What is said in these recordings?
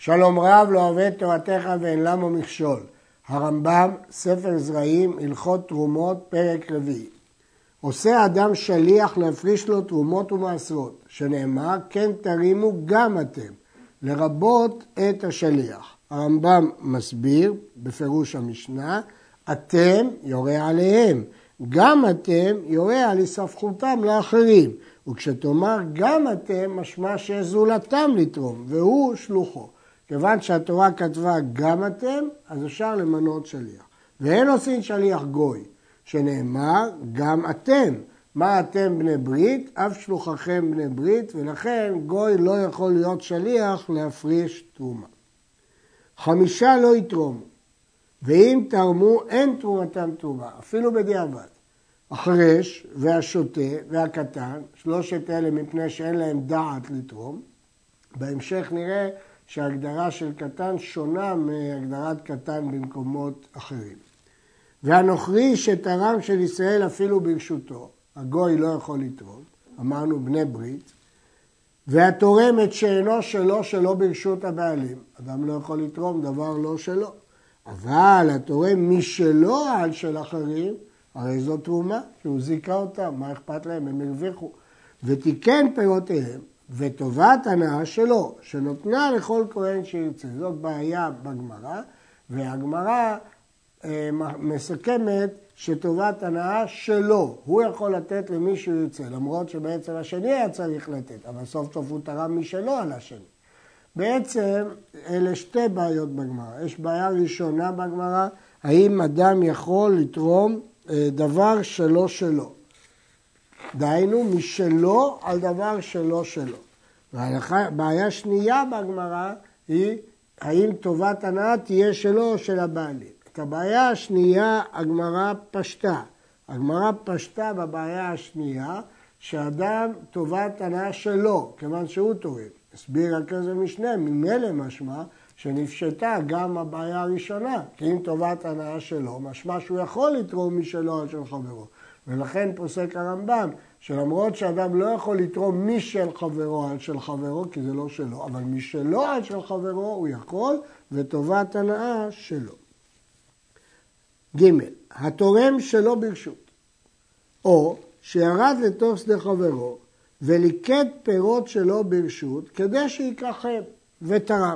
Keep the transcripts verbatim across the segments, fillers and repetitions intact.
שלום רב לא אוהב את תורתך ואין למו מכשול. הרמב"ם, ספר זרעים, הלכות תרומות, פרק רביעי. עושה אדם שליח להפריש לו תרומות ומעשרות, שנאמר כן תרימו גם אתם, לרבות את השליח. הרמב"ם מסביר בפירוש המשנה, אתם יורה עליהם, גם אתם יורה על הספחותם לאחרים, וכשתאמר גם אתם משמע שזולתם לתרום, והוא שלוחו. כיוון שהתורה כתבה גם אתם, אז אפשר למנות שליח. ואין עושים שליח גוי, שנאמר גם אתם. מה אתם בני ברית? אף שלוחכם בני ברית, ולכן גוי לא יכול להיות שליח להפריש תרומה. חמישה לא יתרומו, ואם תרמו אין תרומתם תרומה, אפילו בדיעבד. החרש והשוטה והקטן, שלושת אלה מפני שאין להם דעת לתרום. בהמשך נראה שההגדרה של קטן שונה מהגדרת קטן במקומות אחרים. והנוכרי שתרם של ישראל אפילו ברשותו, הגוי לא יכול לתרום, אמרנו בני ברית, והתורם את שאינו שלו שלא ברשות הבעלים, אדם לא יכול לתרום דבר לא שלו, אבל התורם משלו על של אחרים, הרי זו תרומה, שהוא זיקה אותה, מה אכפת להם, הם הרוויחו, ותיקן פירותיהם, וטובת הנאה שלו, שנותנה לכל כהן שירצה. זאת בעיה בגמרא, והגמרא אה, מסכמת שטובת הנאה שלו, הוא יכול לתת למי שירצה, למרות שבעצם השני היה צריך לתת, אבל סוף סוף הוא תרם משלו על השני. בעצם אלה שתי בעיות בגמרא. יש בעיה ראשונה בגמרא, האם אדם יכול לתרום אה, דבר שלו שלו. דהיינו משלו על דבר שלו שלו. והבעיה שנייה בגמרא היא האם טובת הנאה תהיה שלו או של הבעלים. את הבעיה השנייה הגמרא פשטה. הגמרא פשטה בבעיה השנייה שאדם טובת הנאה שלו, כיוון שהוא תורם. הסביר רק איזה משנה, ממילא משמע שנפשטה גם הבעיה הראשונה, כי אם טובת הנאה שלו, משמע שהוא יכול לתרום משלו על של חברו. ולכן פוסק הרמב"ם, שלמרות שאדם לא יכול לתרום משל חברו על של חברו, כי זה לא שלו, אבל משלו על של חברו הוא יכול, וטובת הנאה שלו. ג' התורם שלו ברשות, או שירד לתוך שדה חברו, וליקט פירות שלו ברשות, כדי שיקחם ותרם.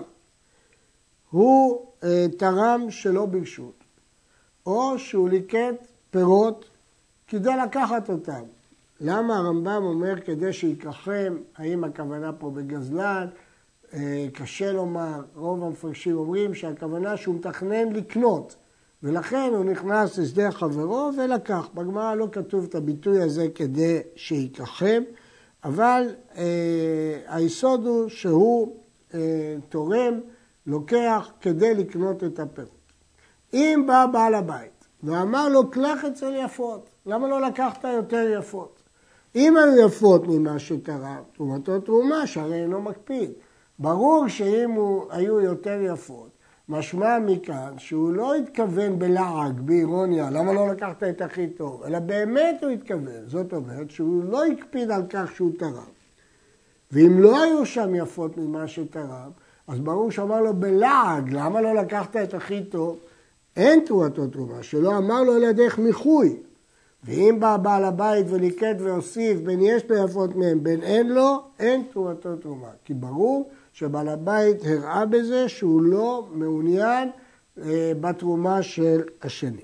הוא אה, תרם שלו ברשות, או שהוא ליקט פירות כדי לקחת אותם. למה הרמב"ם אומר כדי שיקחם, האם הכוונה פה בגזלן? אה, קשה לומר, רוב המפרשים אומרים שהכוונה שהוא מתכנן לקנות, ולכן הוא נכנס לשדה חברו ולקח. בגמרא לא כתוב את הביטוי הזה כדי שיקחם, אבל אה, היסוד הוא שהוא אה, תורם, לוקח כדי לקנות את הפירות. אם בא בעל הבית ואמר לו, קלח אצל יפות, למה לא לקחת יותר יפות? אם היו יפות ממה שתרם, תרומתו תרומה, שהרי אינו מקפיד. ברור שאם הוא, היו יותר יפות, משמע מכאן שהוא לא התכוון בלעג, באירוניה, למה לא לקחת את הכי טוב, אלא באמת הוא התכוון. זאת אומרת שהוא לא הקפיד על כך שהוא תרם. ואם לא היו שם יפות ממה שתרם, אז ברור שאמר לו בלעג, למה לא לקחת את הכי טוב? אין תרומתו תרומה, שלא אמר לו אלא דרך מיחוי. ואם בא בעל הבית וליקט והוסיף, בין יש לו יפות מהם, בין אין לו, אין תרומתו תרומה. כי ברור שבעל הבית הראה בזה שהוא לא מעוניין אה, בתרומה של השני.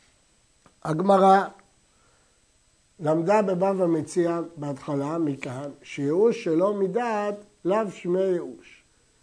הגמרא למדה בבבא מציעא בהתחלה מכאן, שייאוש שלא מדעת לאו שמי ייאוש.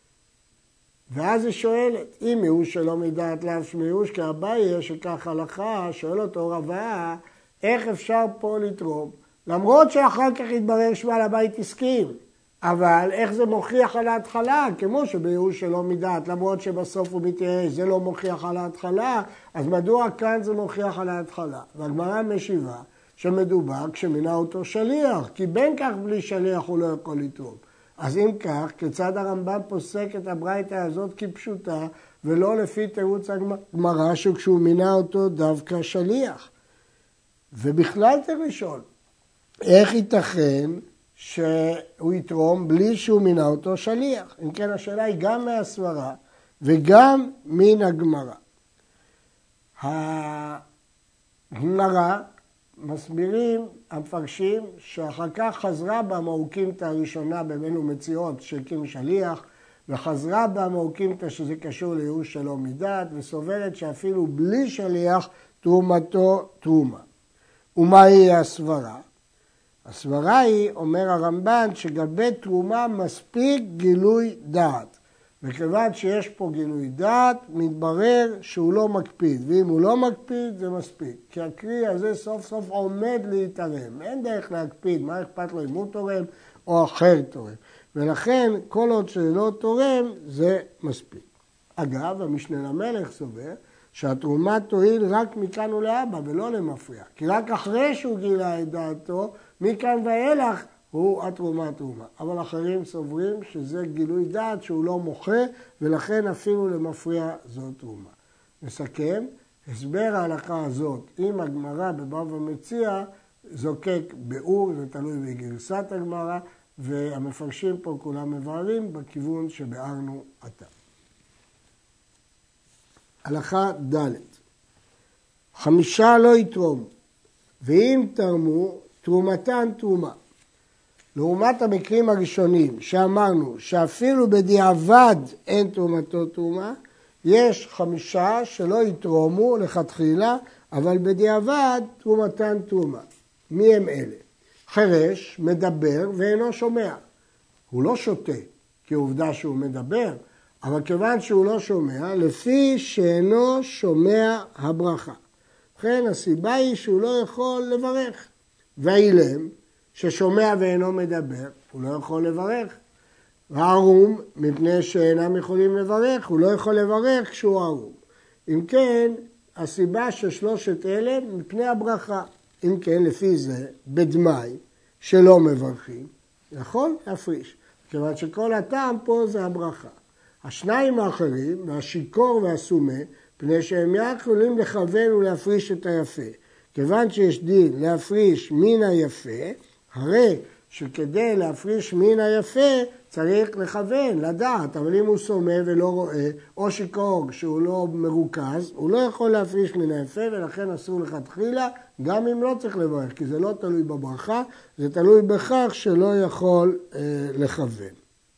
ואז היא שואלת, אם ייאוש שלא מדעת לאו שמי ייאוש, כי אביי שכך הלכה, שואל אותו רבה, איך אפשר פה לתרום? למרות שאחר כך התברר שבעל הבית הסכים, אבל איך זה מוכיח על ההתחלה? כמו שבייאוש שלא מדעת, למרות שבסוף הוא מתייאש, זה לא מוכיח על ההתחלה, אז מדוע כאן זה מוכיח על ההתחלה? והגמרא משיבה שמדובר כשמינה אותו שליח, כי בין כך בלי שליח הוא לא יכול לתרום. אז אם כך, כיצד הרמב"ם פוסק את הברייתא הזאת כפשוטה, ולא לפי תירוץ הגמרא שכשהוא מינה אותו דווקא שליח? ובכלל צריך לשאול, איך ייתכן שהוא יתרום בלי שהוא מינה אותו שליח. אם כן, השאלה היא גם מהסברה וגם מן הגמרא. הגמרא מסבירים המפרשים שאחר כך חזרה בה מאוקימתא הראשונה בבן ומציאות שהקים שליח, וחזרה בה מאוקימתא שזה קשור לייאוש שלום מדעת, וסוברת שאפילו בלי שליח תרומתו תרומה. ומהי הסברה? הסברה היא, אומר הרמב"ן, שגבי תרומה מספיק גילוי דעת. וכיוון שיש פה גילוי דעת, מתברר שהוא לא מקפיד, ואם הוא לא מקפיד זה מספיק. כי הקרי הזה סוף סוף עומד להתערם. אין דרך להקפיד, מה אכפת לו אם הוא תורם או אחר תורם. ולכן כל עוד שלא תורם זה מספיק. אגב, המשנה למלך סובר שהתרומה תועיל רק מכאן ולהבא ולא למפריע. כי רק אחרי שהוא גילה את דעתו, מכאן ואילך הוא התרומה תרומה. אבל אחרים סוברים שזה גילוי דעת שהוא לא מוחה, ולכן אפילו למפריע זו תרומה. נסכם, הסבר ההלכה הזאת עם הגמרא בבבא מציעא זוקק ביאור, זה תלוי בגרסת הגמרא, והמפרשים פה כולם מבארים בכיוון שביארנו עתה. הלכה ד' חמישה לא יתרומו, ואם תרמו, תרומתן תרומה. לעומת המקרים הראשונים שאמרנו שאפילו בדיעבד אין תרומתו תרומה, יש חמישה שלא יתרומו לכתחילה, אבל בדיעבד תרומתן תרומה. מי הם אלה? חירש מדבר ואינו שומע. הוא לא שותה, כי עובדה שהוא מדבר, אבל כיוון שהוא לא שומע, לפי שאינו שומע הברכה. לכן הסיבה היא שהוא לא יכול לברך. והאילם, ששומע ואינו מדבר, הוא לא יכול לברך. והערום, מפני שאינם יכולים לברך, הוא לא יכול לברך כשהוא ערום. אם כן, הסיבה של שלושת אלה מפני הברכה. אם כן, לפי זה, בדמי, שלא מברכים, יכול להפריש. כיוון שכל הטעם פה זה הברכה. השניים האחרים, והשיכור והסומה, פני שהם יכולים לכוון ולהפריש את היפה. כיוון שיש דין להפריש מן היפה, הרי שכדי להפריש מן היפה צריך לכוון, לדעת, אבל אם הוא סומה ולא רואה, או שיכור שהוא לא מרוכז, הוא לא יכול להפריש מן היפה, ולכן אסור לכתחילה, גם אם לא צריך לברך, כי זה לא תלוי בברכה, זה תלוי בכך שלא יכול אה, לכוון.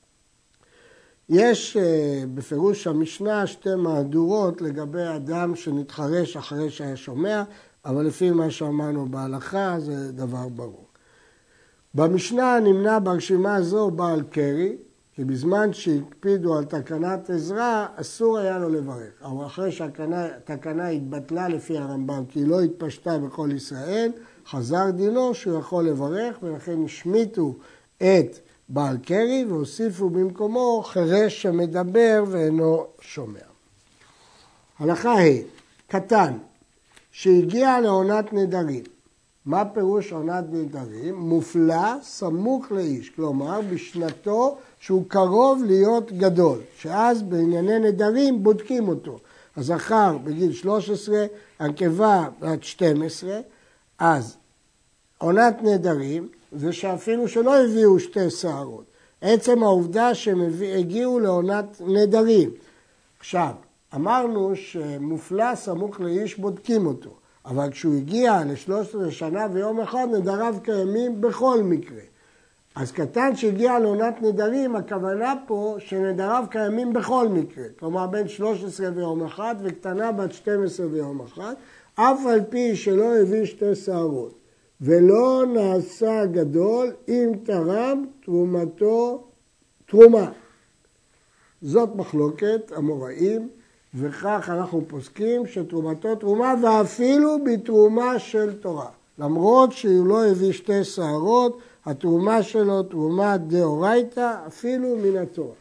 יש אה, בפירוש המשנה שתי מהדורות לגבי אדם שנתחרש אחרי שהיה שומע, אבל לפי מה שאמרנו בהלכה זה דבר ברור. במשנה נמנה ברשימה הזו בעל קרי, כי בזמן שהקפידו על תקנת עזרא, אסור היה לו לברך. אבל אחרי שהתקנה התבטלה לפי הרמב"ם, כי היא לא התפשטה בכל ישראל, חזר דינו שהוא יכול לברך, ולכן השמיטו את בעל קרי, והוסיפו במקומו חירש שמדבר ואינו שומע. הלכה ה' קטן, שהגיע לעונת נדרים. מה פירוש עונת נדרים? מופלא סמוך לאיש, כלומר בשנתו שהוא קרוב להיות גדול, שאז בענייני נדרים בודקים אותו. הזכר בגיל שלוש עשרה, הנקבה בת שתים עשרה, אז עונת נדרים זה שאפילו שלא הביאו שתי שערות. עצם העובדה שהם הגיעו לעונת נדרים. עכשיו, אמרנו שמופלא סמוך לאיש בודקים אותו. אבל כשהוא הגיע ל-שלוש עשרה שנה ויום אחד, נדריו קיימים בכל מקרה. אז קטן שהגיע לעונת נדרים, הכוונה פה שנדריו קיימים בכל מקרה. כלומר, בין שלוש עשרה ויום אחד וקטנה בת שתים עשרה ויום אחד, אף על פי שלא הביא שתי שערות. ולא נעשה גדול אם תרם תרומתו תרומה. זאת מחלוקת המוראים. וכך אנחנו פוסקים שתרומתו תרומה ואפילו בתרומה של תורה. למרות שהוא לא הביא שתי שערות, התרומה שלו תרומה דאורייתא אפילו מן התורה.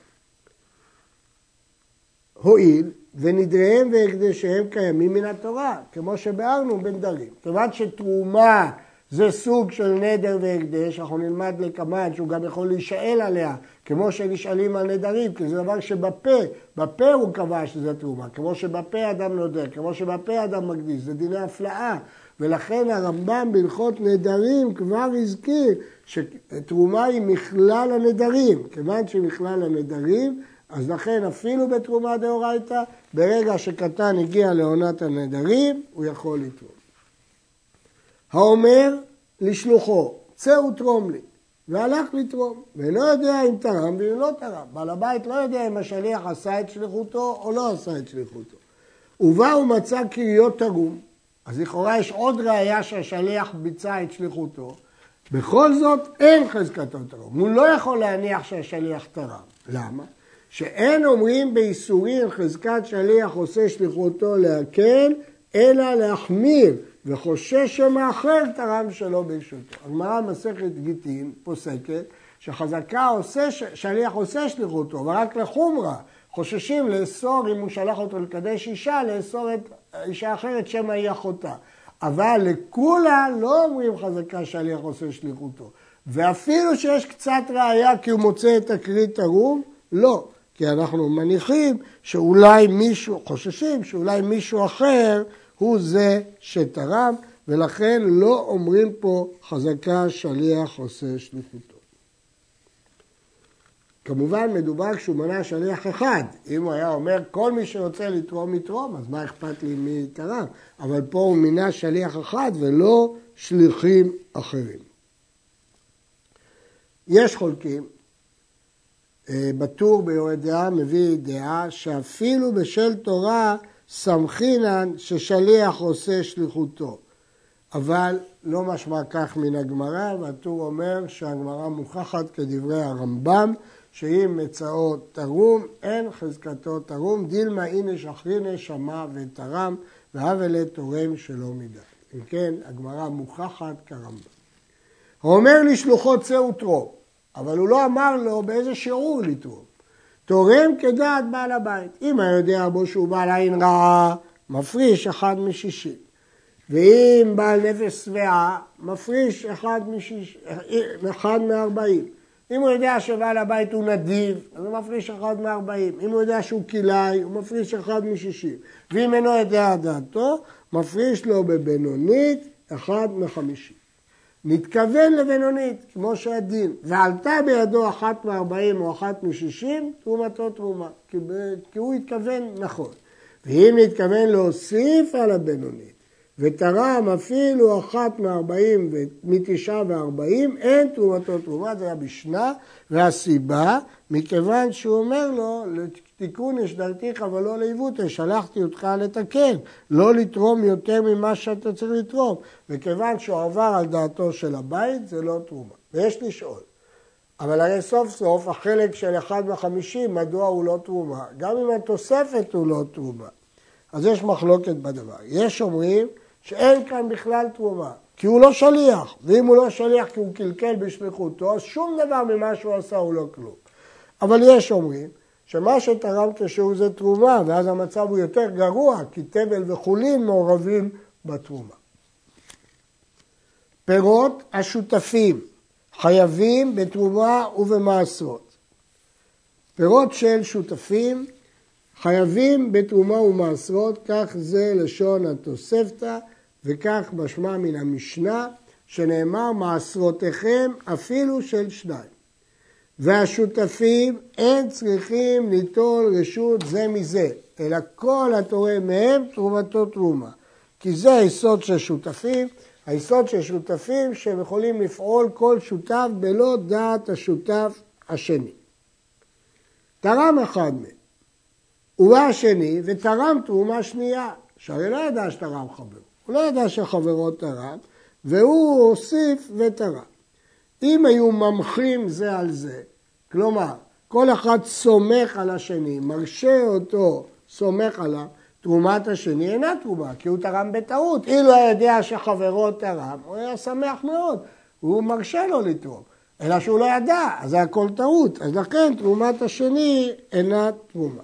הואיל ונדריהם והקדשיהם קיימים מן התורה, כמו שבארנו בנדרים. כיוון שתרומה זה סוג של נדר והקדש, אנחנו נלמד לקמן שהוא גם יכול להישאל עליה, כמו שנשאלים על נדרים, כי זה דבר שבפה, בפה הוא קבע שזה תרומה, כמו שבפה אדם נודר, כמו שבפה אדם מקדיש, זה דיני הפלאה, ולכן הרמב"ם בהלכות נדרים כבר הזכיר שתרומה היא מכלל הנדרים. כיוון שמכלל הנדרים, אז לכן אפילו בתרומה דאורייתא, ברגע שקטן הגיע לעונת הנדרים, הוא יכול לתרום. האומר לשלוחו, צא ותרום לי, והלך לתרום, ולא יודע אם תרם ואם לא תרם. בעל הבית לא יודע אם השליח עשה את שליחותו או לא עשה את שליחותו. ובא ומצא קריות תרום, אז לכאורה יש עוד ראיה שהשליח ביצע את שליחותו, בכל זאת אין חזקתו תרום. הוא לא יכול להניח שהשליח תרם. למה? שאין אומרים באיסורים חזקת שליח עושה שליחותו להקל, אלא להחמיר, וחושש שמאחר תרם שלא ברשותו. הגמרא מסכת גיטין פוסקת שחזקה עושה, שליח עושה שליחותו, אבל רק לחומרה. חוששים לאסור אם הוא שלח אותו לקדש אישה, לאסור את אישה אחרת שמא היא אחותה. אבל לכולה לא אומרים חזקה שליח עושה שליחותו. ואפילו שיש קצת ראיה כי הוא מוצא את הכרית תרום, לא. כי אנחנו מניחים שאולי מישהו, חוששים שאולי מישהו אחר הוא זה שתרם, ולכן לא אומרים פה חזקה שליח עושה שליחותו. כמובן מדובר כשהוא מנה שליח אחד. אם הוא היה אומר כל מי שרוצה לתרום יתרום, אז מה אכפת לי מי תרם? אבל פה הוא מנה שליח אחד ולא שליחים אחרים. יש חולקים. בטור ביורד דעה מביא דעה שאפילו בשל תורה סמכינן ששליח עושה שליחותו. אבל לא משמע כך מן הגמרא, והטור אומר שהגמרא מוכחת כדברי הרמב"ם, שאם מצאות תרום, אין חזקתו תרום, דילמה איניש אחריני שמע ותרם, והבלה תורם שלא מדי. אם כן, הגמרא מוכחת כרמב"ם. הוא אומר לשלוחו צא ותרום, אבל הוא לא אמר לו באיזה שיעור לתרום. תורם כדעת בעל הבית. אם היה יודע בו שהוא בעל עין רעה, מפריש אחד משישים. ואם בעל נפש שבעה, מפריש אחד, משיש, אחד מארבעים. אם הוא יודע שבעל הבית הוא נדיב, אז הוא מפריש אחד מארבעים. אם הוא יודע שהוא קילאי, הוא מפריש אחד משישים. ואם אינו יודע דעתו, מפריש לו בבינונית אחד מחמישים. נתכוון לבינונית, כמו שהדין, ועלתה בידו אחת מארבעים או אחת משישים, תרומתו תרומה, כי, כי הוא התכוון נכון. ואם נתכוון להוסיף על הבינונית, ותרם אפילו אחת מארבעים ומתשעה וארבעים, אין תרומתו תרומה, זה היה בשנה, והסיבה, מכיוון שהוא אומר לו, לתיקון השדלתיך אבל לא לעיוות, שלחתי אותך לתקן, לא לתרום יותר ממה שאתה צריך לתרום, וכיוון שהוא עבר על דעתו של הבית, זה לא תרומה. ויש לשאול, אבל הרי סוף סוף החלק של אחד וחמישים, מדוע הוא לא תרומה? גם אם התוספת הוא לא תרומה. אז יש מחלוקת בדבר. יש אומרים שאין כאן בכלל תרומה, כי הוא לא שליח, ואם הוא לא שליח כי הוא קלקל בשליחותו, אז שום דבר ממה שהוא עשה הוא לא כלום. אבל יש אומרים שמה שתרם כשהוא זה תרומה, ואז המצב הוא יותר גרוע, כי תבל וחולין מעורבים בתרומה. פירות השותפים חייבים בתרומה ובמעשרות. פירות של שותפים חייבים בתרומה ומעשרות, כך זה לשון התוספתא, וכך משמע מן המשנה, שנאמר מעשרותיכם אפילו של שניים. והשותפים אין צריכים ליטול רשות זה מזה, אלא כל התורם מהם תרומתו תרומה. כי זה היסוד של שותפים, היסוד של שותפים שהם יכולים לפעול כל שותף בלא דעת השותף השני. תרם אחד מהם. ובא השני ותרם תרומה שנייה, שהרי לא ידע שתרם חברו, הוא לא ידע שחברו תרם, והוא הוסיף ותרם. אם היו ממחים זה על זה, כלומר, כל אחד סומך על השני, מרשה אותו, סומך עליו, תרומת השני אינה תרומה, כי הוא תרם בטעות. אילו היה יודע שחברו תרם, הוא היה שמח מאוד, הוא מרשה לו לתרום. אלא שהוא לא ידע, אז זה הכל טעות, אז לכן תרומת השני אינה תרומה.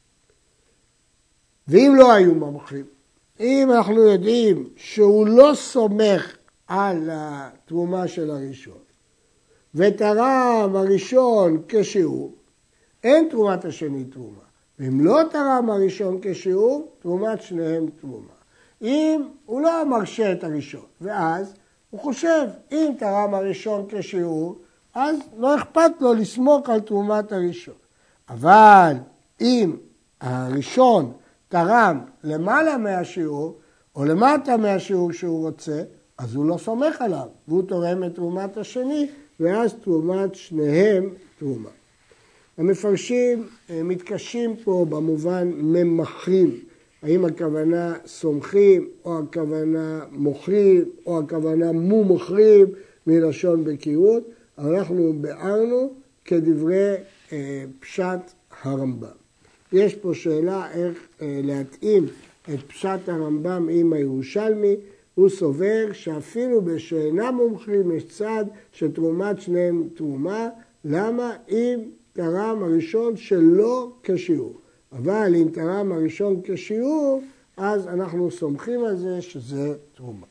ואם לא היו ממחים, אם אנחנו יודעים שהוא לא סומך על התרומה של הראשון, ותרם הראשון כשיעור, אין תרומת השני תרומה. ואם לא תרם הראשון כשיעור, תרומת שניהם תרומה. אם הוא לא מרשה את הראשון, ואז הוא חושב, אם תרם הראשון כשיעור, אז לא אכפת לו לסמוך על תרומת הראשון. אבל אם הראשון תרם למעלה מהשיעור, או למטה מהשיעור שהוא רוצה, אז הוא לא סומך עליו, והוא תורם את תרומת השני, ואז תרומת שניהם תרומה. המפרשים מתקשים פה במובן ממחרים, האם הכוונה סומכים, או הכוונה מוכרים, או הכוונה מומחרים מלשון בקיאות, אנחנו ביארנו כדברי אה, פשט הרמב"ם. יש פה שאלה איך אה, להתאים את פשט הרמב"ם עם הירושלמי, הוא סובר שאפילו בשאינם מומחים יש צד שתרומת שניהם תרומה, למה? אם תרם הראשון שלא כשיעור. אבל אם תרם הראשון כשיעור, אז אנחנו סומכים על זה שזה תרומה.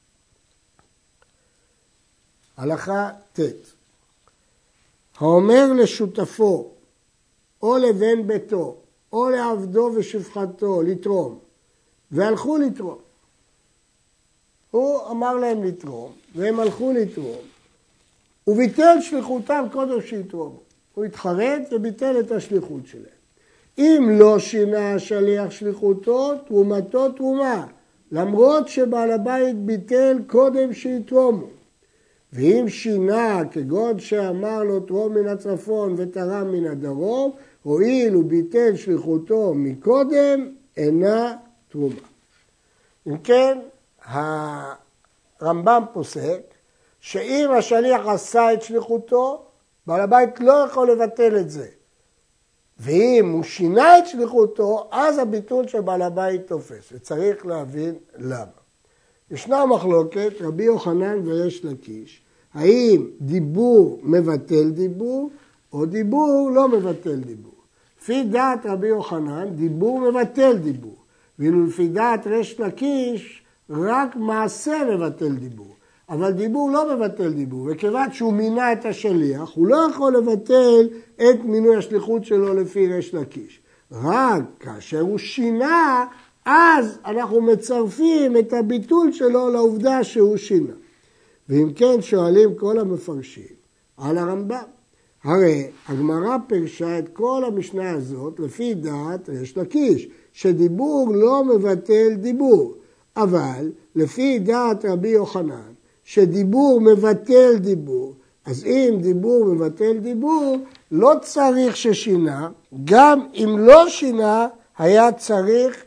הלכה ט' האומר לשותפו, או לבן ביתו, או לעבדו ושפחתו, לתרום, והלכו לתרום. הוא אמר להם לתרום, והם הלכו לתרום. הוא ביטל שליחותם קודם שיתרום. הוא התחרט וביטל את השליחות שלהם. אם לא שינה השליח שליחותו, תרומתו תרומה, למרות שבעל הבית ביטל קודם שיתרומו. ואם שינה, כגון שאמר לו תרום מן הצפון ותרם מן הדרום, הואיל הוא ביטל שליחותו מקודם, אינה תרומה. אם כן, הרמב"ם פוסק שאם השליח עשה את שליחותו, בעל הבית לא יכול לבטל את זה. ואם הוא שינה את שליחותו, אז הביטול של בעל הבית תופס. וצריך להבין למה. ישנה מחלוקת, רבי יוחנן ויש לקיש, האם דיבור מבטל דיבור, או דיבור לא מבטל דיבור. לפי דעת רבי יוחנן, דיבור מבטל דיבור. ואילו לפי דעת ריש לקיש, רק מעשה מבטל דיבור. אבל דיבור לא מבטל דיבור, וכיוון שהוא מינה את השליח, הוא לא יכול לבטל את מינוי השליחות שלו לפי ריש לקיש. רק כאשר הוא שינה, אז אנחנו מצרפים את הביטול שלו לעובדה שהוא שינה. ואם כן שואלים כל המפרשים על הרמב"ם. הרי הגמרא פירשה את כל המשנה הזאת לפי דעת ריש לקיש, שדיבור לא מבטל דיבור. אבל לפי דעת רבי יוחנן, שדיבור מבטל דיבור, אז אם דיבור מבטל דיבור, לא צריך ששינה, גם אם לא שינה, היה צריך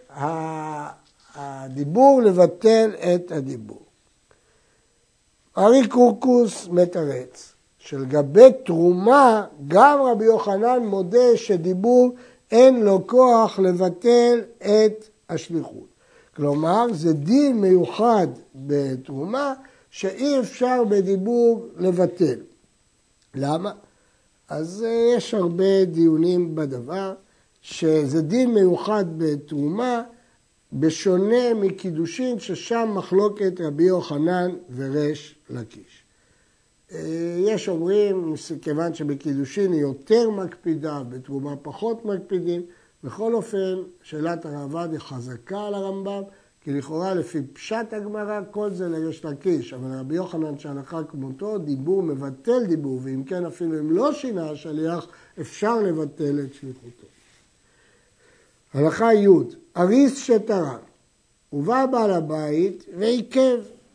הדיבור לבטל את הדיבור. ארי קורקוס מתרץ, שלגבי תרומה, גם רבי יוחנן מודה שדיבור אין לו כוח לבטל את השליחות. כלומר, זה דין מיוחד בתרומה, שאי אפשר בדיבור לבטל. למה? אז יש הרבה דיונים בדבר, שזה דין מיוחד בתרומה, בשונה מקידושין, ששם מחלוקת רבי יוחנן וריש לקיש. יש אומרים, כיוון שבקידושין היא יותר מקפידה, בתרומה פחות מקפידים, בכל אופן, שאלת הרעב"ד היא חזקה על הרמב"ם, כי לכאורה לפי פשט הגמרא, כל זה לריש לקיש, אבל רבי יוחנן שהלכה כמותו, דיבור מבטל דיבור, ואם כן אפילו אם לא שינה השליח, אפשר לבטל את שליחותו. הלכה י' אריס שתרם, ובא בעל הבית ועיכב.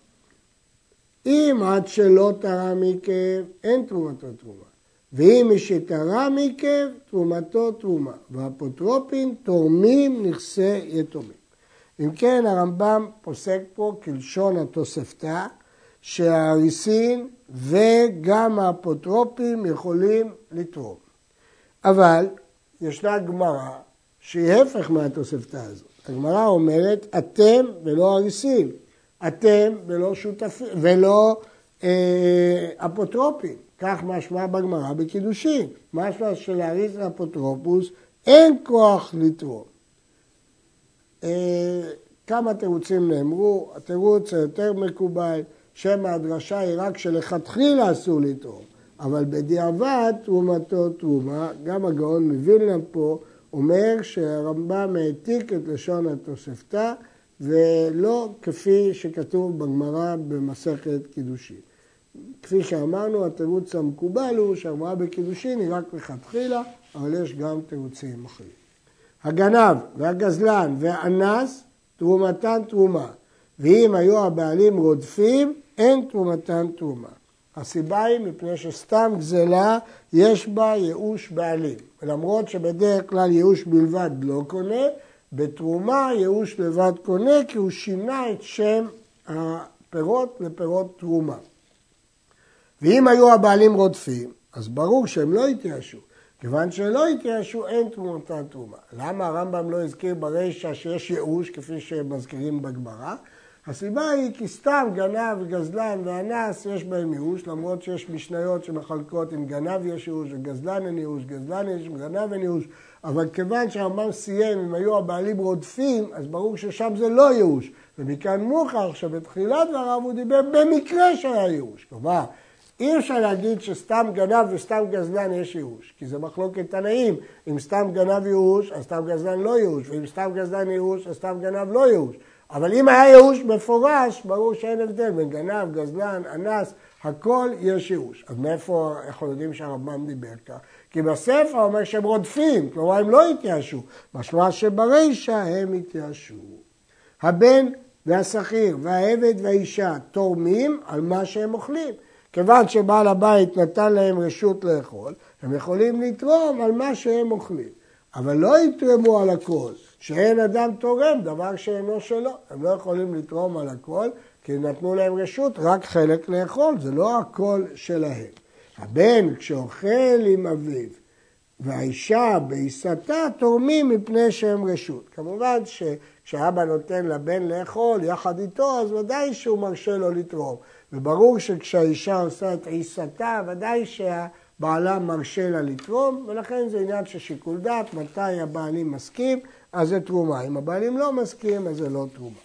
אם עד שלא תרם עיכב, אין תרומתו תרומה. ואם מי שתרם עיכב, תרומתו תרומה. והאפוטרופין תורמים נכסי יתומים. אם כן, הרמב"ם פוסק פה כלשון התוספתא, שהאריסין וגם האפוטרופים יכולים לתרום. אבל ישנה גמרא שהיא הפך מהתוספתא הזאת. הגמרא אומרת, אתם ולא אריסין, אתם ולא שותפים, ולא אה, אפוטרופים. כך משמע בגמרא בקידושין. משמע של האריס ואפוטרופוס, אין כוח לתרום. כמה תירוצים נאמרו, התירוץ היותר מקובל, שם הדרשה היא רק שלכתחילה אסור לתרום, אבל בדיעבד תרומתו תרומה, גם הגאון מווילנה פה אומר שהרמב"ם העתיק את לשון התוספתא, ולא כפי שכתוב בגמרא במסכת קידושין. כפי שאמרנו, התירוץ המקובל הוא שהמראה בקידושין היא רק לכתחילה, אבל יש גם תירוצים אחרים. הגנב והגזלן והאנס, תרומתן תרומה, ואם היו הבעלים רודפים, אין תרומתן תרומה. הסיבה היא מפני שסתם גזלה יש בה ייאוש בעלים. ולמרות שבדרך כלל ייאוש בלבד לא קונה, בתרומה ייאוש לבד קונה, כי הוא שינה את שם הפירות לפירות תרומה. ואם היו הבעלים רודפים, אז ברור שהם לא התייאשו. כיוון שלא התייאשו, אין תרומתן תרומה. למה הרמב"ם לא הזכיר ברישא שיש ייאוש, כפי שמזכירים בגמרא? הסיבה היא כי סתם גנב, גזלן ואנס יש בהם ייאוש, למרות שיש משניות שמחלקות עם גנב יש ייאוש, וגזלן אין ייאוש, גזלן יש, גנב אין ייאוש. אבל כיוון שהרמב"ם סיים, אם היו הבעלים רודפים, אז ברור ששם זה לא ייאוש. ומכאן מוכח שבתחילת דבריו הוא דיבר במקרה שהיה ייאוש. כלומר, אי אפשר להגיד שסתם גנב וסתם גזלן יש ייאוש, כי זה מחלוקת תנאים. אם סתם גנב ייאוש, אז סתם גזלן לא ייאוש, ואם סתם גזלן ייאוש, אז סתם גנב לא ייאוש. אבל אם היה ייאוש מפורש, ברור שאין הבדל בין גנב, גזלן, אנס, הכל יש ייאוש. אז מאיפה אנחנו יודעים שהרמב"ם דיבר כך? כי בספר אומר שהם רודפים, כלומר הם לא התייאשו. משמע שברישא הם התייאשו. הבן והשכיר והעבד והאישה תורמים על מה שהם אוכלים. כיוון שבעל הבית נתן להם רשות לאכול, הם יכולים לתרום על מה שהם אוכלים. אבל לא יתרמו על הכל, שאין אדם תורם דבר שאינו שלו. הם לא יכולים לתרום על הכל, כי נתנו להם רשות רק חלק לאכול, זה לא הכל שלהם. הבן כשאוכל עם אביו, והאישה בעיסתה תורמים מפני שהם רשות. כמובן שכשאבא נותן לבן לאכול יחד איתו, אז ודאי שהוא מרשה לו לתרום. וברור שכשהאישה עושה את עיסתה, ודאי שהבעלה מרשה לה לתרום, ולכן זה עניין של שיקול דעת, מתי הבעלים מסכים, אז זה תרומה. אם הבעלים לא מסכים, אז זה לא תרומה.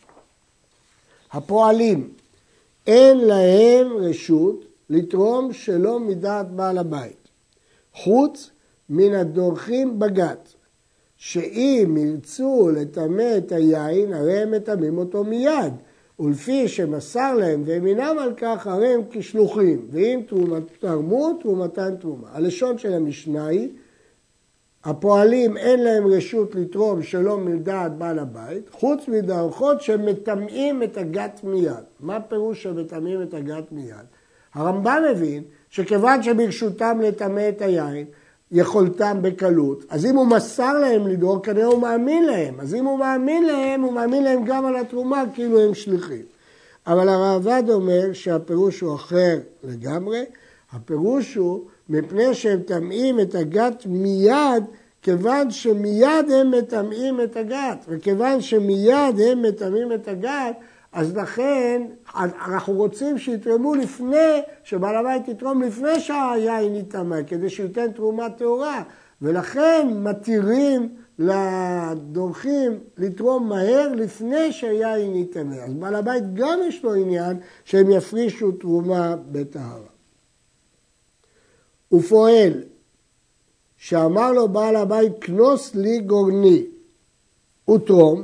הפועלים, אין להם רשות לתרום שלא מדעת בעל הבית, חוץ מן הדורכים בגת, שאם ירצו לטמא את היין, הרי הם מטמאים אותו מיד, ולפי שמסר להם והם אינם על כך, הרי הם כשלוחים, ואם תרמו, תרומתן תרומה. הלשון של המשנה היא, הפועלים אין להם רשות לתרום שלא מדעת בעל הבית, חוץ מדרכות שמטמאים את הגת מיד. מה פירוש שמטמאים את הגת מיד? הרמב"ם מבין שכיוון שברשותם לטמא את היין, יכולתם בקלות, אז אם הוא מסר להם לדור, כנראה הוא מאמין להם. אז אם הוא מאמין להם, הוא מאמין להם גם על התרומה, כאילו הם שליחים. אבל הרעב"ד אומר שהפירוש הוא אחר לגמרי. הפירוש הוא מפני שהם טמאים את הגת מיד, כיוון שמיד הם מטמאים את הגת. וכיוון שמיד הם מטמאים את הגת, אז לכן אנחנו רוצים שיתרמו לפני, שבעל הבית יתרום לפני שהיין יטמא, כדי שייתן תרומה טהורה. ולכן מתירים לדורכים לתרום מהר לפני שהיין יטמא. אז בעל הבית גם יש לו עניין שהם יפרישו תרומה בטהרה. ופועל שאמר לו בעל הבית, כנוס לי גורני ותרום,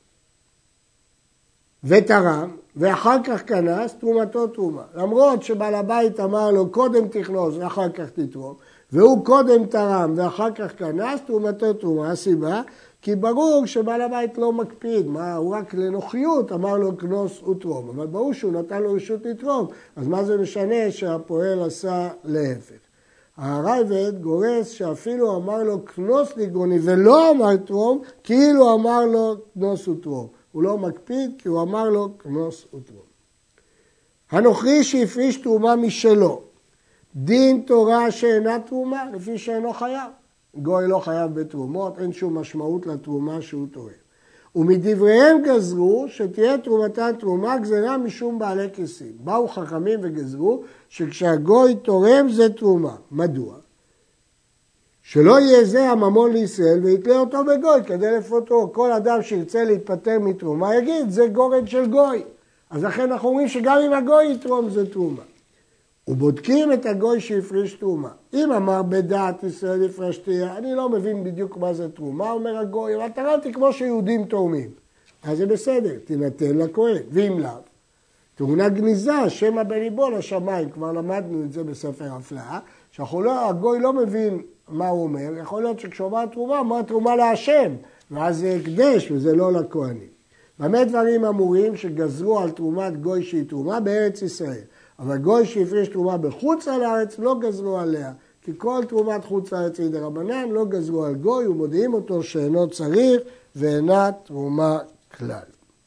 ותרם, ואחר כך כנס, תרומתו תרומה. למרות שבעל הבית אמר לו, קודם תכנוס ואחר כך תתרום, והוא קודם תרם ואחר כך כנס, תרומתו תרומה. הסיבה, כי ברור שבעל הבית לא מקפיד, מה, הוא רק לנוחיות אמר לו כנוס ותרום, אבל ברור שהוא נתן לו רשות לתרום, אז מה זה משנה שהפועל עשה להפך? הרייבד גורס שאפילו אמר לו כנוס לי גורני ולא אמר תרום, כאילו אמר לו כנוס ותרום. הוא לא מקפיד כי הוא אמר לו כנוס ותרום. הנוכרי שהפריש תרומה משלו, דין תורה שאינה תרומה, לפי שאינו חייב. גוי לא חייב בתרומות, אין שום משמעות לתרומה שהוא תורם. ומדבריהם גזרו שתהיה תרומתן תרומה גזרה משום בעלי כיסים. באו חכמים וגזרו שכשהגוי תורם זה תרומה. מדוע? שלא יהיה זה הממון לישראל ויתלה אותו בגוי כדי לפוטרו. כל אדם שירצה להתפטר מתרומה יגיד זה גורד של גוי. אז לכן אנחנו אומרים שגם אם הגוי יתרום זה תרומה. ובודקים את הגוי שהפריש תרומה. אם אמר בדעת ישראל הפרשתי, אני לא מבין בדיוק מה זה תרומה, אומר הגוי, אבל תרמתי כמו שיהודים תורמים. אז זה בסדר, תינתן לכהן, ואם לאו. תאונה גניזה, שמא בליבו לשמיים, כבר למדנו את זה בספר הפלאה, שהגוי לא מבין מה הוא אומר, יכול להיות שכשאומר תרומה, אומר תרומה להשם, ואז זה הקדש וזה לא לכהנים. במה דברים אמורים שגזרו על תרומת גוי שהיא תרומה בארץ ישראל, אבל גוי שהפריש תרומה בחוץ על הארץ לא גזרו עליה, כי כל תרומת חוץ לארץ היא דרבנן, לא גזרו על גוי ומודיעים אותו שאינו צריך ואינה תרומה כלל.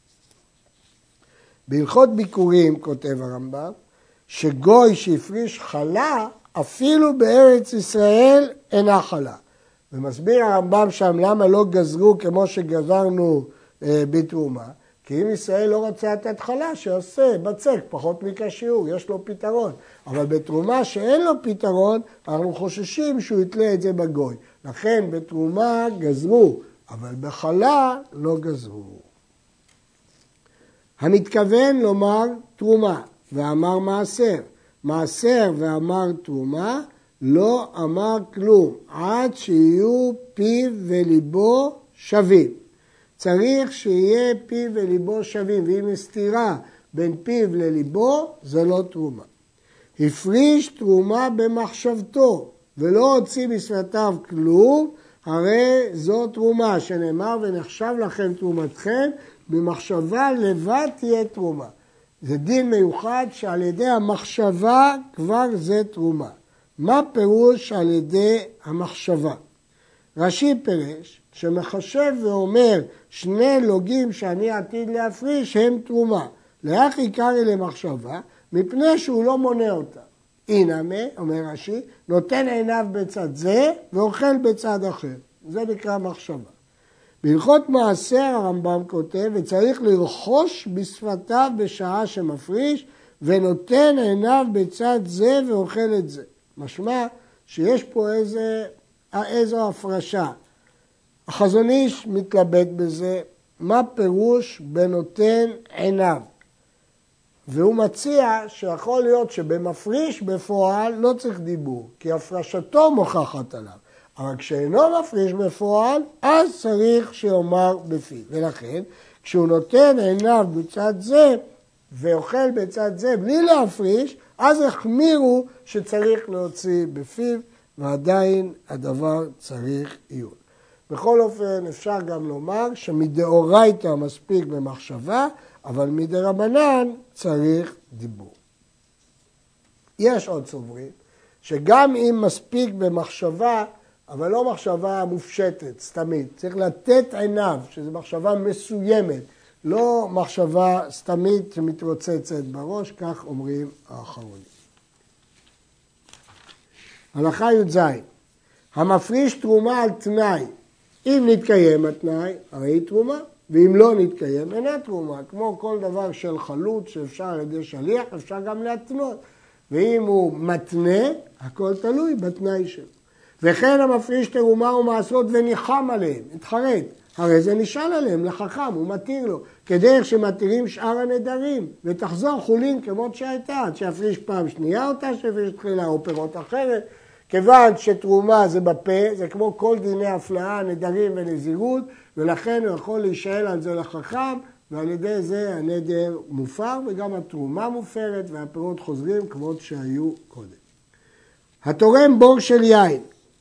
בהלכות ביקורים כותב הרמב"ם, שגוי שהפריש חלה אפילו בארץ ישראל אינה חלה. ומסביר הרמב"ם שם למה לא גזרו כמו שגזרנו אה, בתרומה, כי אם ישראל לא רוצה לתת חלה, שעושה בצק פחות מכשיעור, יש לו פתרון. אבל בתרומה שאין לו פתרון, אנחנו חוששים שהוא יתלה את זה בגוי. לכן בתרומה גזרו, אבל בחלה לא גזרו. המתכוון לומר תרומה ואמר מעשר, מעשר ואמר תרומה, לא אמר כלום, עד שיהיו פיו וליבו שווים. צריך שיהיה פיו וליבו שווים, ואם יש סתירה בין פיו לליבו, זה לא תרומה. הפריש תרומה במחשבתו, ולא הוציא בשפתיו כלום, הרי זו תרומה, שנאמר ונחשב לכם תרומתכם, במחשבה לבד תהיה תרומה. זה דין מיוחד שעל ידי המחשבה כבר זה תרומה. מה פירוש על ידי המחשבה? רש"י פירש שמחשב ואומר שני לוגים שאני עתיד להפריש הם תרומה. לאח עיקרי למחשבה מפני שהוא לא מונה אותה. הנה מה, אומר רש"י, נותן עיניו בצד זה ואוכל בצד אחר. זה נקרא מחשבה. בהלכות מעשר הרמב"ם כותב וצריך לרחוש בשפתיו בשעה שמפריש ונותן עיניו בצד זה ואוכל את זה. משמע שיש פה איזה, איזו הפרשה. החזון איש מתלבט בזה, מה פירוש בנותן עיניו. והוא מציע שיכול להיות שבמפריש בפועל לא צריך דיבור, כי הפרשתו מוכחת עליו. אבל כשאינו מפריש בפועל, אז צריך שיאמר בפיו. ולכן, כשהוא נותן עיניו בצד זה, ואוכל בצד זה בלי להפריש, אז החמירו שצריך להוציא בפיו, ועדיין הדבר צריך עיון. בכל אופן, אפשר גם לומר שמדאורייתא מספיק במחשבה, אבל מדרבנן צריך דיבור. יש עוד סוברים, שגם אם מספיק במחשבה, אבל לא מחשבה מופשטת, סתמית. צריך לתת עיניו, שזו מחשבה מסוימת, לא מחשבה סתמית שמתרוצצת בראש, כך אומרים האחרונים. הלכה י"ז, המפריש תרומה על תנאי. אם נתקיים התנאי, הרי היא תרומה, ואם לא נתקיים, אינה תרומה. כמו כל דבר של חלוט שאפשר על ידי שליח, אפשר גם להתנות. ואם הוא מתנה, הכל תלוי בתנאי שלו. וכן המפריש תרומה ומעשרות וניחם עליהם, התחרט. הרי זה נשאל עליהם לחכם, הוא מתיר לו, כדרך שמתירים שאר הנדרים, ותחזור חולין כמות שהייתה, עד שיפריש פעם שנייה אותה, שיפריש תחילה או פירות אחרת. כיוון שתרומה זה בפה, זה כמו כל דיני הפלאה, נדרים ונזירות, ולכן הוא יכול להישאל על זה לחכם, ועל ידי זה הנדר מופר, וגם התרומה מופרת, והפירות חוזרים כמות שהיו קודם. התורם בור של יין,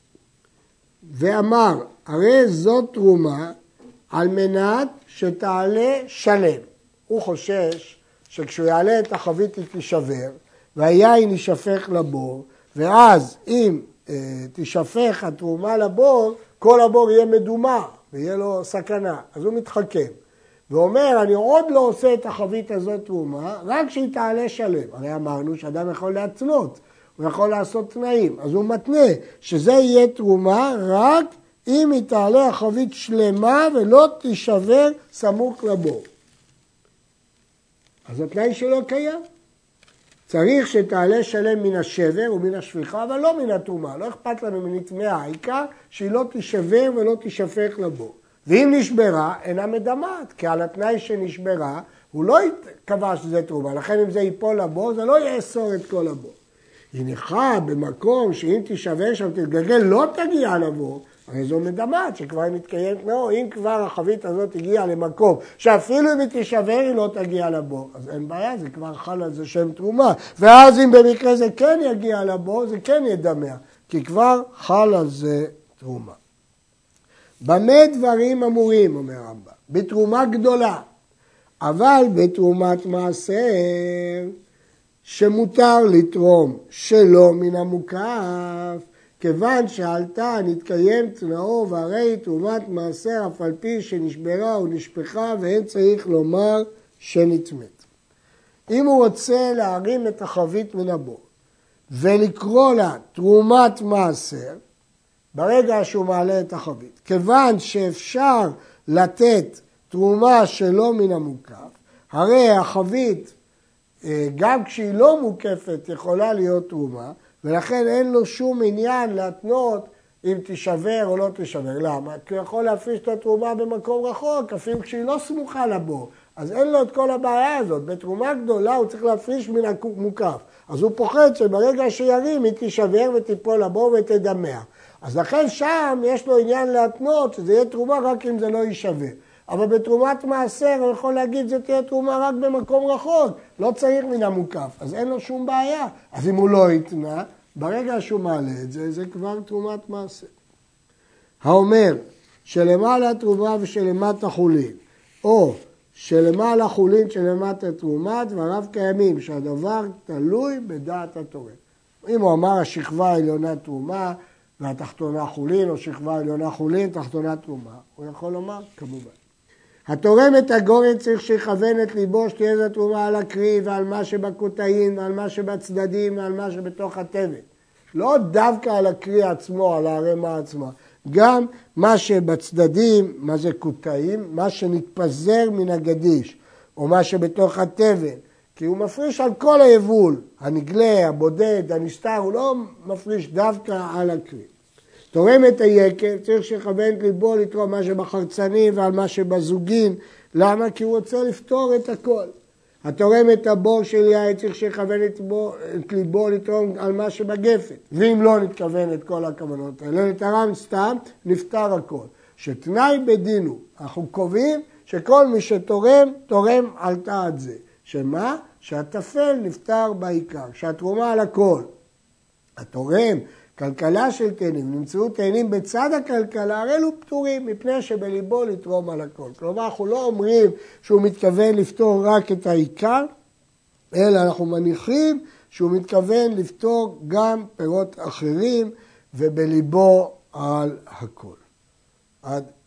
ואמר, הרי זאת תרומה על מנת שתעלה שלם. הוא חושש שכשהוא יעלה את החבית היא תישבר, והיין יישפך לבור, ואז אם אה, תישפך התרומה לבור, כל הבור יהיה מדומה ויהיה לו סכנה. אז הוא מתחכם. ואומר, אני עוד לא עושה את החבית הזאת תרומה, רק שהיא תעלה שלם. הרי אמרנו שאדם יכול להתנות, הוא יכול לעשות תנאים. אז הוא מתנה שזה יהיה תרומה רק אם היא תעלה החבית שלמה ולא תישבר סמוך לבור. אז התנאי שלו קיים. צריך שתעלה שלם מן השבר ומן השפיכה, אבל לא מן התרומה. לא אכפת לנו מנטמעה, העיקר שהיא לא תישבר ולא תישפך לבור. ואם נשברה, אינה מדמת, כי על התנאי שנשברה, הוא לא קבע שזה תרומה. לכן אם זה ייפול לבור, זה לא יאסור את כל הבור. היא ניחה במקום שאם תישבר שם תתגלגל, לא תגיע לבור, הרי זו מדמת שכבר מתקיים תנאו, אם כבר החבית הזאת הגיעה למקום, שאפילו אם היא תישבר היא לא תגיע לבור, אז אין בעיה, זה כבר חל על זה שם תרומה, ואז אם במקרה זה כן יגיע לבור, זה כן ידמע, כי כבר חל על זה תרומה. במה דברים אמורים, אומר רמב"ם, בתרומה גדולה, אבל בתרומת מעשר, שמותר לתרום שלא מן המוקף, כיוון שעלתה נתקיים תנאו, והרי תרומת מעשר אף על פי שנשברה או נשפחה, ואין צריך לומר שנטמאת. אם הוא רוצה להרים את החבית מן הבור, ולקרוא לה תרומת מעשר, ברגע שהוא מעלה את החבית, כיוון שאפשר לתת תרומה שלא מן המוקף, הרי החבית, גם כשהיא לא מוקפת, יכולה להיות תרומה, ולכן אין לו שום עניין להתנות אם תישבר או לא תישבר. למה? כי הוא יכול להפריש את התרומה במקום רחוק, אפילו כשהיא לא סמוכה לבור. אז אין לו את כל הבעיה הזאת. בתרומה גדולה הוא צריך להפריש מן המוקף. אז הוא פוחד שברגע שירים היא תישבר ותיפול לבור ותדמע. אז לכן שם יש לו עניין להתנות שזה יהיה תרומה רק אם זה לא יישבר. אבל בתרומת מעשר הוא יכול להגיד זה תהיה תרומה רק במקום רחוק, לא צריך מן המוקף, אז אין לו שום בעיה. אז אם הוא לא יתנה, ברגע שהוא מעלה את זה, זה כבר תרומת מעשר. האומר שלמעלה תרומה ושלמטה חולין, או שלמעלה חולין שלמטה תרומה, דבריו קיימים, שהדבר תלוי בדעת התורם. אם הוא אמר השכבה העליונה תרומה, והתחתונה חולין, או שכבה עליונה חולין, תחתונה תרומה, הוא יכול לומר כמובן. התורם את הגורן צריך שיכוון את ליבו שתהיה זו תרומה על הקרי ועל מה שבקוטעים ועל מה שבצדדים ועל מה שבתוך התבן. לא דווקא על הקרי עצמו, על הרמה עצמה. גם מה שבצדדים, מה זה קוטעים, מה שנתפזר מן הגדיש, או מה שבתוך התבן. כי הוא מפריש על כל היבול, הנגלה, הבודד, הנסתר, הוא לא מפריש דווקא על הקרי. תורם את היקב, צריך שיכוון את ליבו לתרום מה שבחרצנים ועל מה שבזוגין. למה? כי הוא רוצה לפתור את הכל. התורם את הבור של יין, צריך שיכוון את, את ליבו לתרום על מה שבגפת. ואם לא נתכוון את כל הכוונות האלה, לתרם סתם, נפתר הכל. שתנאי בדינו, אנחנו קובעים שכל מי שתורם, תורם על תעת זה. שמה? שהתפל נפטר בעיקר, שהתרומה על הכל. התורם, כלכלה של תאנים, נמצאו תאנים בצד הכלכלה, הרי אלו פטורים מפני שבליבו לתרום על הכל. כלומר, אנחנו לא אומרים שהוא מתכוון לפתור רק את העיקר, אלא אנחנו מניחים שהוא מתכוון לפתור גם פירות אחרים ובליבו על הכל. עד